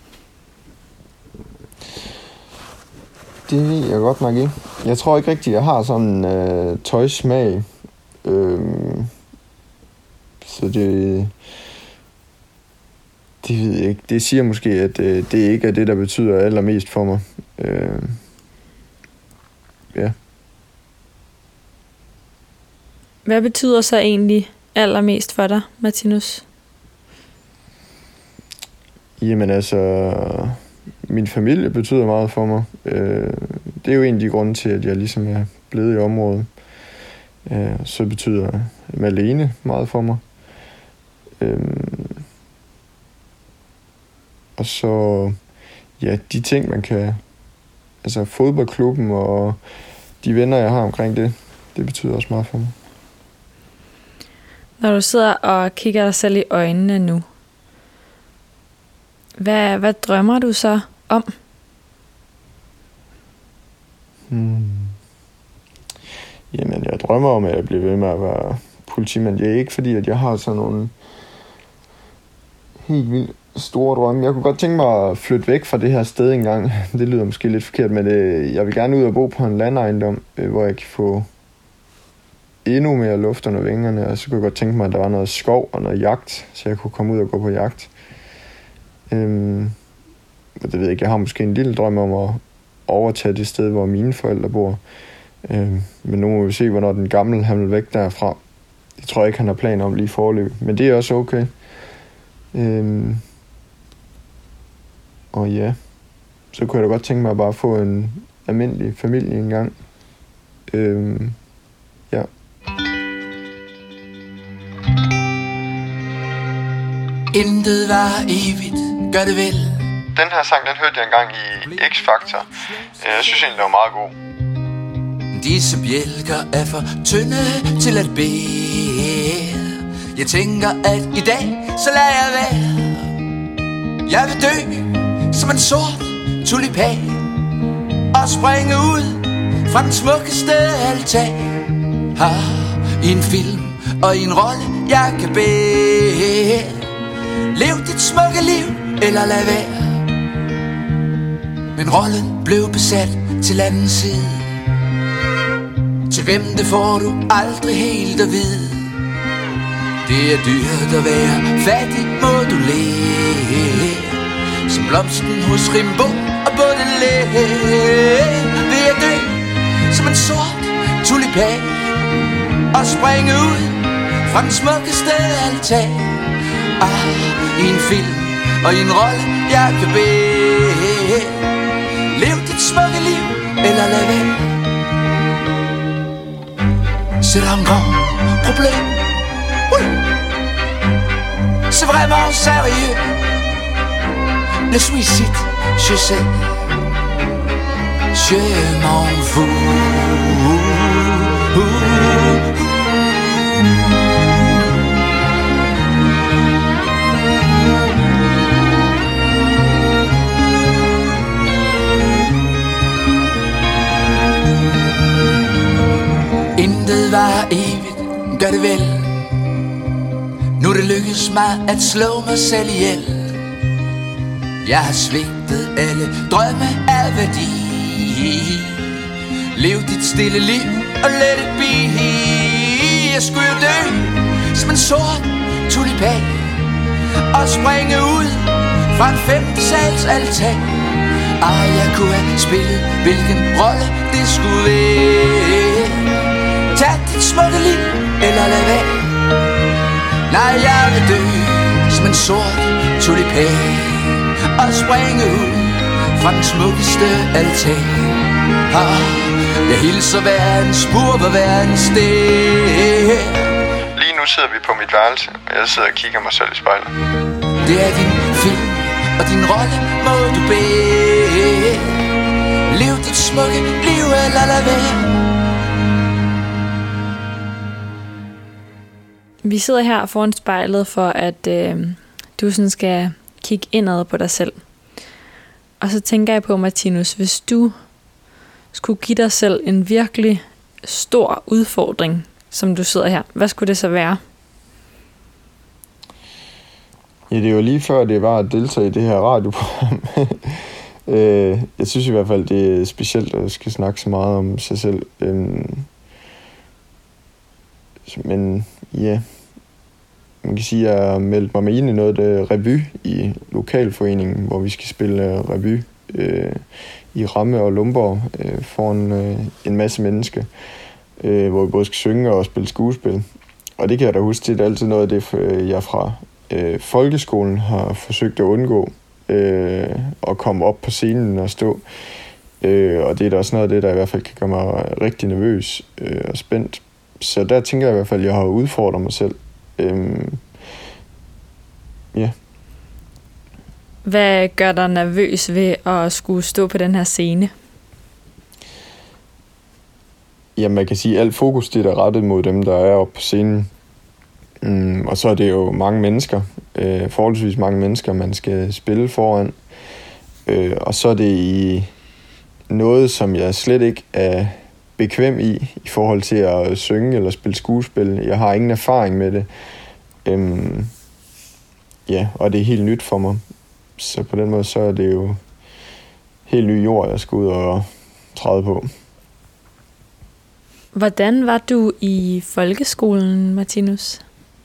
Det ved jeg godt nok ikke. Jeg tror ikke rigtigt, jeg har sådan en øh, tøjsmag. Øhm, så det... Det ved jeg ikke. Det siger måske, at øh, det ikke er det, der betyder allermest for mig. Øh, ja. Hvad betyder så egentlig allermest for dig, Martinus? Jamen altså, min familie betyder meget for mig. Øh, det er jo en af de grunde til, at jeg ligesom er blevet i området. Øh, så betyder Malene meget for mig. Øh, og så, ja, de ting, man kan... Altså fodboldklubben og de venner, jeg har omkring det, det betyder også meget for mig. Når du sidder og kigger dig selv i øjnene nu, Hvad, hvad drømmer du så om? Hmm. Jamen, jeg drømmer om, at jeg bliver ved med at være politimand. Det er ikke fordi, at jeg har sådan nogle helt vildt store drømme. Jeg kunne godt tænke mig at flytte væk fra det her sted engang. Det lyder måske lidt forkert, men det, jeg vil gerne ud og bo på en landejendom, hvor jeg kan få endnu mere luft under vingerne. Og så kunne jeg godt tænke mig, at der var noget skov og noget jagt, så jeg kunne komme ud og gå på jagt. Øhm, det ved jeg ikke. Jeg har måske en lille drøm om at overtage det sted, hvor mine forældre bor. Øhm, men nu må vi se, hvornår den gamle han vil væk derfra. Det tror jeg ikke, han har planer om lige foreløbig. Men det er også okay. Øhm, og ja, så kunne jeg da godt tænke mig at bare få en almindelig familie engang. Øhm, ja. Intet var evigt, gør det vel. Den her sang, den hørte jeg engang i X-Factor. Jeg synes egentlig, den var meget god. Disse bjælker er for tynde til at bære. Jeg tænker, at i dag, så lader jeg være. Jeg vil dø som en sort tulipan og springe ud fra den smukkeste altan. Her i en film og i en rolle, jeg kan bære. Lev dit smukke liv, eller lad være. Men rollen blev besat til anden side. Til hvem det får du aldrig helt at vide. Det er dyrt at være fattig, må du lære. Som blomsten hos Rimbaud og Baudelaire. Vil jeg dø som en sort tulipan og springe ud fra den smukkeste altan. Ah, i en film og i en rolle jeg kan bære. Lev dit smukke liv, eller lad være. C'est un grand problème. Oui. C'est vraiment sérieux. Le suicide, je sais. Je m'en fous. Intet var evigt, gør det vel. Nu det lykkes mig at slå mig selv ihjel. Jeg har svigtet alle drømme af værdi. Lev dit stille liv og let it be. Jeg skulle jo dø som en sort tulipan og springe ud fra en femte sals altan. Ah, jeg kunne have spillet hvilken rolle det skulle være. Tag dit smukke liv, eller lad være. Nej, jeg vil dø som en sort tulipan og springe ud fra den smukkeste altan. Ah, jeg hilser verdens spur på verdens sted. Lige nu sidder vi på mit værelse, og jeg sidder og kigger mig selv i spejlet. Det er din film, og din rolle må du bære. Lev dit smukke liv, eller lad være. Vi sidder her foran spejlet for, at øh, du sådan skal kigge indad på dig selv. Og så tænker jeg på, Martinus, hvis du skulle give dig selv en virkelig stor udfordring, som du sidder her, hvad skulle det så være? Ja, det er jo lige før, det var at deltage i det her radioprogram. øh, jeg synes i hvert fald, det er specielt, at jeg skal snakke så meget om sig selv. Øhm, men ja, man kan sige, at jeg har meldt mig med ind i noget af revy i lokalforeningen, hvor vi skal spille revy øh, i Ramme og Lumborg øh, foran øh, en masse mennesker, øh, hvor vi både skal synge og spille skuespil. Og det kan jeg da huske til, det er altid noget af det, jeg fra øh, folkeskolen har forsøgt at undgå, øh, at komme op på scenen og stå. Øh, og det er da også noget af det, der i hvert fald kan gøre mig rigtig nervøs øh, og spændt. Så der tænker jeg i hvert fald, at jeg har udfordret mig selv. Øhm, ja. Hvad gør dig nervøs ved at skulle stå på den her scene? Jamen, man kan sige, at alt fokus det er rettet mod dem, der er oppe på scenen. Mm, og så er det jo mange mennesker, øh, forholdsvis mange mennesker, man skal spille foran. Øh, og så er det i noget, som jeg slet ikke er bekvem i, i forhold til at synge eller spille skuespil. Jeg har ingen erfaring med det. Øhm, ja, og det er helt nyt for mig. Så på den måde, så er det jo helt ny jord, jeg skal ud og træde på. Hvordan var du i folkeskolen, Martinus?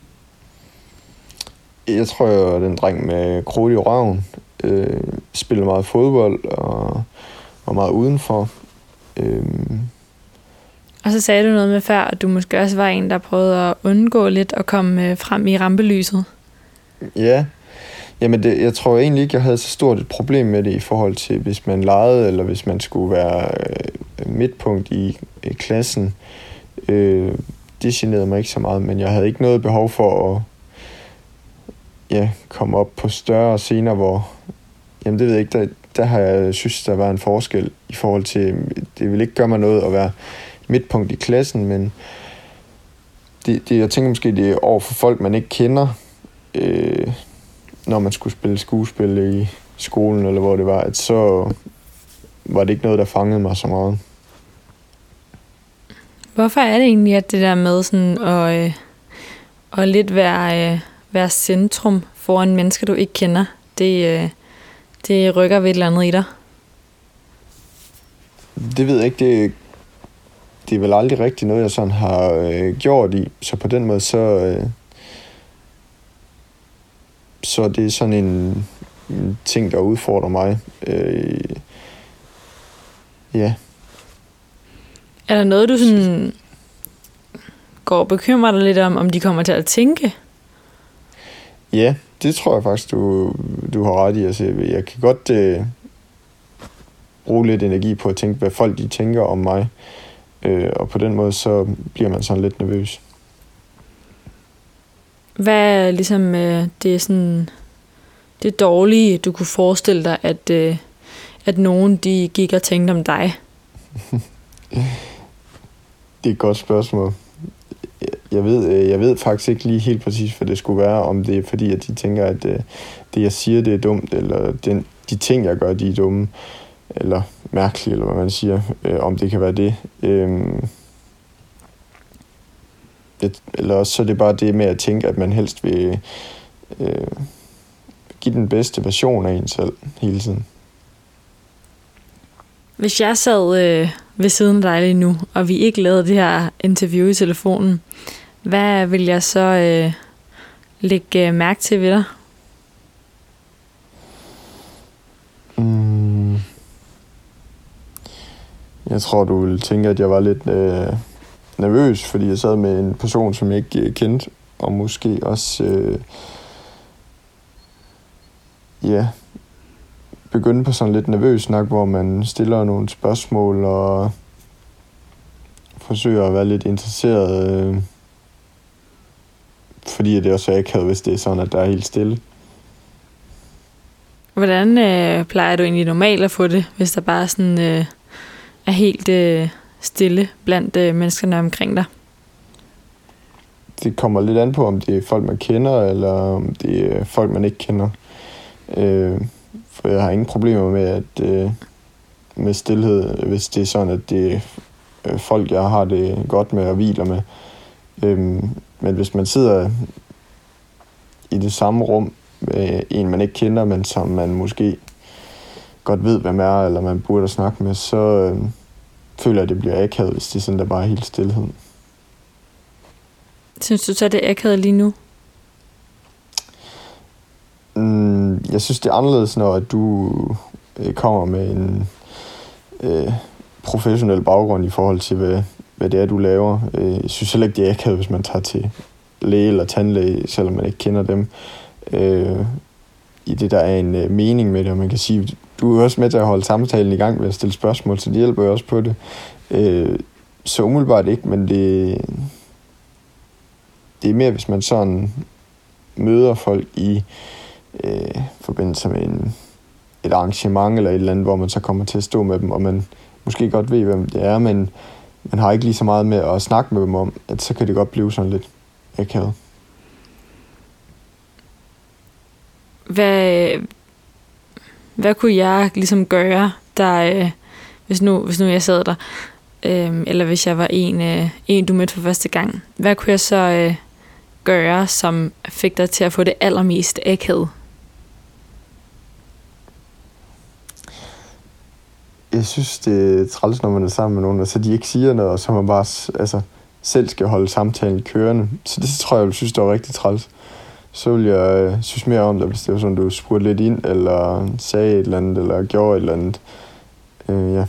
Jeg tror, jeg var den dreng med krudt i røven. Øh, spillede meget fodbold og var meget udenfor. Øh, Og så sagde du noget med før, at du måske også var en, der prøvede at undgå lidt at komme frem i rampelyset. Ja, jamen det, jeg tror egentlig ikke, jeg havde så stort et problem med det i forhold til, hvis man legede, eller hvis man skulle være øh, midtpunkt i øh, klassen. Øh, det generede mig ikke så meget, men jeg havde ikke noget behov for at ja, komme op på større scener, hvor, jamen det ved jeg ikke, der, der har jeg synes, der var en forskel i forhold til, det ville ikke gøre mig noget at være midtpunkt i klassen, men det, det, jeg tænker måske, det er over for folk, man ikke kender, øh, når man skulle spille skuespil i skolen, eller hvor det var, at så var det ikke noget, der fangede mig så meget. Hvorfor er det egentlig, at det der med sådan at, øh, at lidt være, øh, være centrum foran mennesker, du ikke kender, det, øh, det rykker ved et eller andet i dig? Det ved jeg ikke, det det er vel aldrig rigtig noget, jeg sådan har øh, gjort i. Så på den måde, så, øh, så det er sådan en, en ting, der udfordrer mig. Øh, ja. Er der noget, du sådan går og bekymrer dig lidt om, om de kommer til at tænke? Ja, det tror jeg faktisk, du, du har ret i. Altså, jeg kan godt øh, bruge lidt energi på at tænke, hvad folk de tænker om mig. Øh, og på den måde, så bliver man sådan lidt nervøs. Hvad er ligesom øh, det er sådan det dårlige, du kunne forestille dig, at, øh, at nogen de gik og tænkte om dig? Det er et godt spørgsmål. Jeg ved, jeg ved faktisk ikke lige helt præcis, hvad det skulle være, om det er fordi, at de tænker, at det, det jeg siger, det er dumt, eller den, de ting, jeg gør, de er dumme, eller mærkelige, eller hvad man siger, øh, om det kan være det. Øhm, det. Eller også så er det bare det med at tænke, at man helst vil øh, give den bedste version af en selv hele tiden. Hvis jeg sad øh, ved siden af dig lige nu, og vi ikke lavede det her interview i telefonen, hvad vil jeg så øh, lægge mærke til ved dig? Mm. Jeg tror, du ville tænke, at jeg var lidt øh, nervøs, fordi jeg sad med en person, som jeg ikke kendte, og måske også øh, ja, begynde på sådan lidt nervøs snak, hvor man stiller nogle spørgsmål og forsøger at være lidt interesseret, øh, fordi det også er akavet, hvis det er sådan, at der er helt stille. Hvordan øh, plejer du egentlig normalt at få det, hvis der bare sådan, øh, er helt øh, stille blandt øh, menneskerne omkring dig? Det kommer lidt an på, om det er folk, man kender, eller om det er folk, man ikke kender. Øh, for jeg har ingen problemer med, at, øh, med stillhed, hvis det er sådan, at det er øh, folk, jeg har det godt med og hviler med. Øh, men hvis man sidder i det samme rum med en, man ikke kender, men som man måske godt ved, hvem er, eller man burde snakke med, så øh, føler jeg, at det bliver akavet, hvis det er sådan, der bare er helt stillhed. Synes du så, det er akavet lige nu? Mm, jeg synes, det er anderledes, når du øh, kommer med en øh, professionel baggrund i forhold til, hvad, hvad det er, du laver. Øh, jeg synes heller ikke, det er akavet, hvis man tager til læge eller tandlæge, selvom man ikke kender dem. Øh, I det, der er en øh, mening med det, og man kan sige, du er også med til at holde samtalen i gang ved at stille spørgsmål, så det hjælper jo også på det. Øh, så umiddelbart ikke, men det, det er mere, hvis man sådan møder folk i øh, forbindelse med en, et arrangement eller et eller andet, hvor man så kommer til at stå med dem, og man måske godt ved, hvem det er, men man har ikke lige så meget med at snakke med dem om, at så kan det godt blive sådan lidt akavet. Hvad, hvad kunne jeg ligesom gøre, der, øh, hvis, nu, hvis nu jeg sad der, øh, eller hvis jeg var en, øh, en, du mødte for første gang, hvad kunne jeg så øh, gøre, som fik dig til at få det allermest akavet? Jeg synes, det er træls, når man er sammen med nogen, og så de ikke siger noget, og så man bare altså, selv skal holde samtalen kørende. Så det tror jeg, jeg synes, det var rigtig træls. Så vil jeg øh, synes mere om det, hvis det var sådan, du spurgte lidt ind, eller sagde et eller andet, eller gjorde et eller andet. Øh, ja.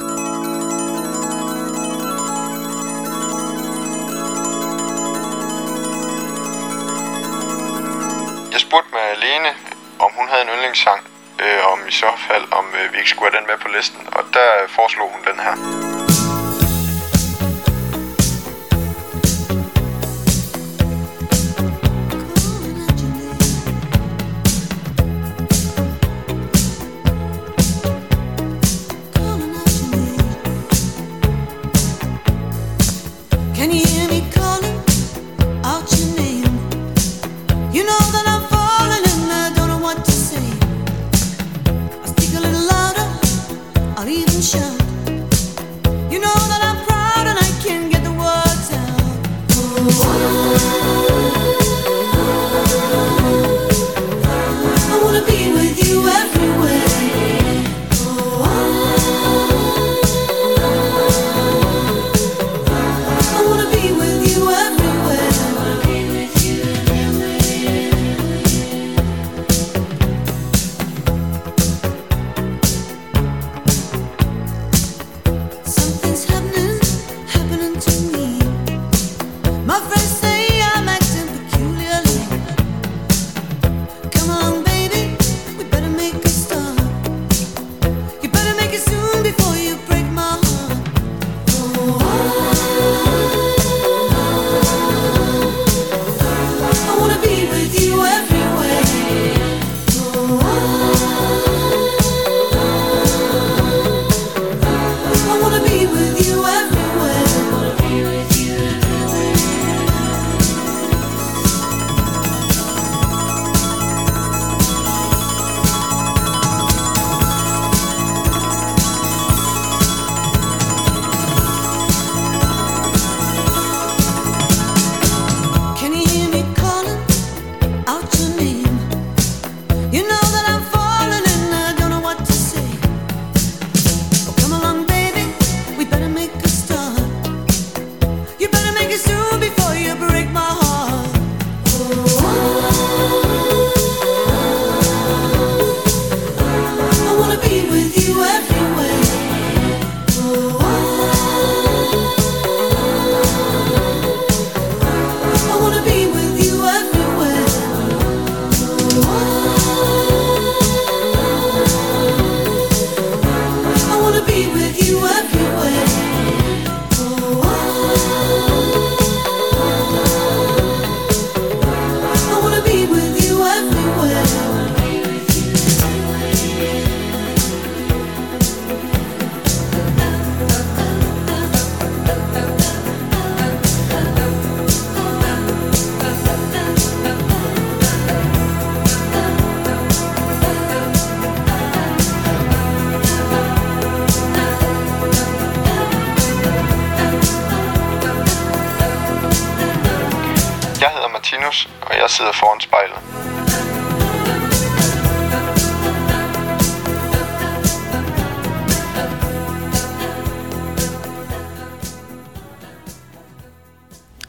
Jeg spurgte med Lene, om hun havde en yndlingssang, øh, om i så fald, om øh, vi ikke skulle have den med på listen, og der foreslog hun den her.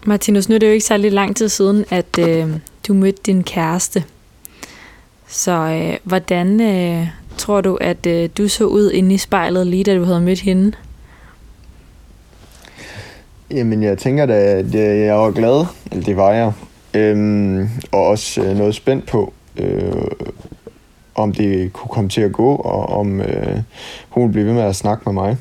Martinus, nu er det jo ikke særlig lang tid siden, at øh, du mødte din kæreste. Så øh, hvordan øh, tror du, at øh, du så ud inde i spejlet, lige da du havde mødt hende? Jamen, jeg tænker da, at jeg var glad. Eller det var jeg. Øhm, og også øh, noget spændt på, øh, om det kunne komme til at gå, og om øh, hun ville blive ved med at snakke med mig.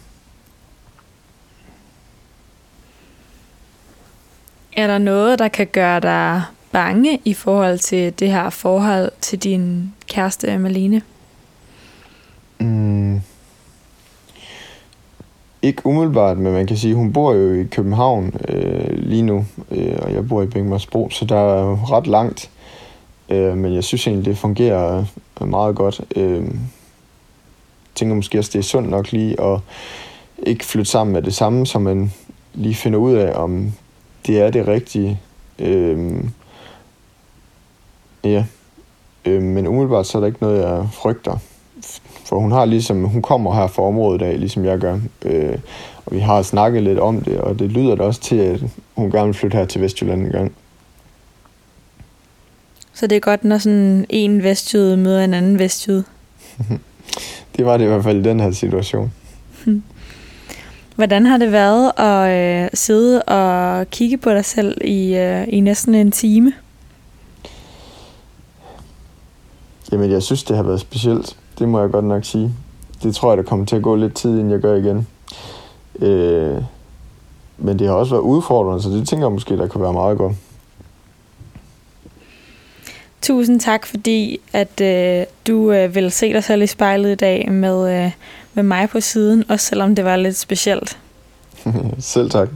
Er der noget, der kan gøre dig bange i forhold til det her forhold til din kæreste, Malene? Mm. Ikke umiddelbart, men man kan sige, at hun bor jo i København øh, lige nu, øh, og jeg bor i Bækmarksbro, så der er jo ret langt. Øh, men jeg synes egentlig, det fungerer meget godt. Øh, jeg tænker måske også, det er sundt nok lige at ikke flytte sammen med det samme, så man lige finder ud af, om det er det rigtige. Øh, ja, øh, men umiddelbart så er der ikke noget, jeg frygter. For hun har ligesom, hun kommer her fra området af, ligesom jeg gør. Øh, og vi har snakket lidt om det, og det lyder da også til, at hun gerne vil flytte her til Vestjylland en gang. Så det er godt, når sådan en vestjyde møder en anden vestjyde? Det var det i hvert fald i den her situation. Hvordan har det været at øh, sidde og kigge på dig selv i, øh, i næsten en time? Jamen, jeg synes, det har været specielt. Det må jeg godt nok sige. Det tror jeg, der kommer til at gå lidt tid, inden jeg gør igen. Øh, men det har også været udfordrende, så det tænker jeg måske, der kan være meget godt. Tusind tak, fordi at øh, du øh, vil se dig selv i spejlet i dag med, øh, med mig på siden, også selvom det var lidt specielt. Selv tak.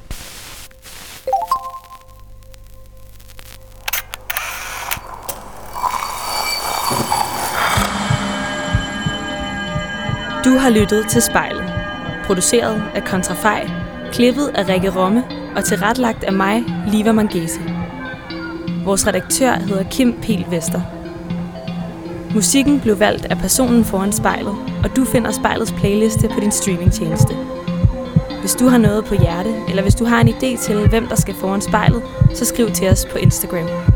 Du har lyttet til Spejlet, produceret af Kontrafej, klippet af Rikke Romme og tilrettelagt af mig, Liva Mangesi. Vores redaktør hedder Kim Pihl Vester. Musikken blev valgt af personen foran spejlet, og du finder spejlets playliste på din streamingtjeneste. Hvis du har noget på hjerte, eller hvis du har en idé til, hvem der skal foran spejlet, så skriv til os på Instagram.